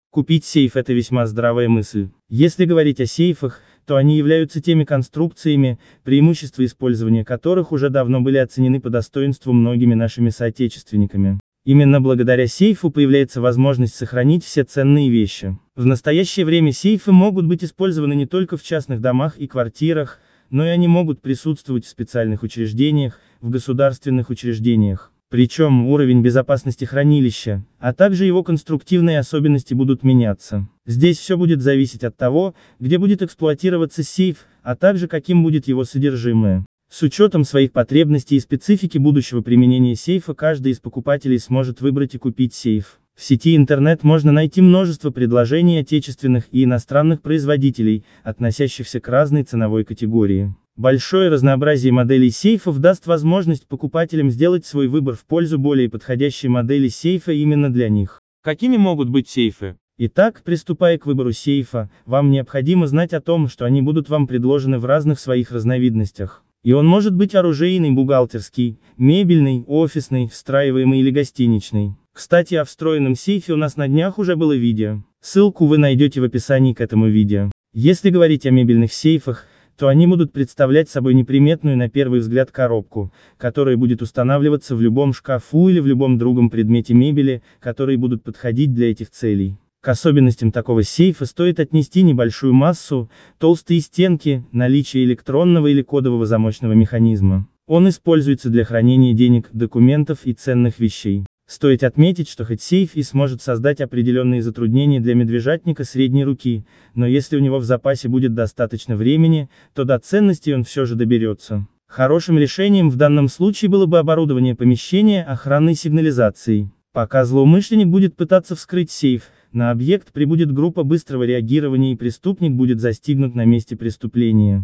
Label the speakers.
Speaker 1: Купить сейф – это весьма здравая мысль. Если говорить о сейфах, то они являются теми конструкциями, преимущества использования которых уже давно были оценены по достоинству многими нашими соотечественниками. Именно благодаря сейфу появляется возможность сохранить все ценные вещи. В настоящее время сейфы могут быть использованы не только в частных домах и квартирах, но и они могут присутствовать в специальных учреждениях, в государственных учреждениях. Причем уровень безопасности хранилища, а также его конструктивные особенности будут меняться. Здесь все будет зависеть от того, где будет эксплуатироваться сейф, а также каким будет его содержимое. С учетом своих потребностей и специфики будущего применения сейфа каждый из покупателей сможет выбрать и купить сейф. В сети интернет можно найти множество предложений отечественных и иностранных производителей, относящихся к разной ценовой категории. Большое разнообразие моделей сейфов даст возможность покупателям сделать свой выбор в пользу более подходящей модели сейфа именно для них.
Speaker 2: Какими могут быть сейфы?
Speaker 1: Итак, приступая к выбору сейфа, вам необходимо знать о том, что они будут вам предложены в разных своих разновидностях. И он может быть оружейный, бухгалтерский, мебельный, офисный, встраиваемый или гостиничный. Кстати, о встроенном сейфе у нас на днях уже было видео. Ссылку вы найдете в описании к этому видео. Если говорить о мебельных сейфах, то они будут представлять собой неприметную на первый взгляд коробку, которая будет устанавливаться в любом шкафу или в любом другом предмете мебели, которые будут подходить для этих целей. К особенностям такого сейфа стоит отнести небольшую массу, толстые стенки, наличие электронного или кодового замочного механизма. Он используется для хранения денег, документов и ценных вещей. Стоит отметить, что хоть сейф и сможет создать определенные затруднения для медвежатника средней руки, но если у него в запасе будет достаточно времени, то до ценностей он все же доберется. Хорошим решением в данном случае было бы оборудование помещения охранной сигнализацией. Пока злоумышленник будет пытаться вскрыть сейф, на объект прибудет группа быстрого реагирования и преступник будет застигнут на месте преступления.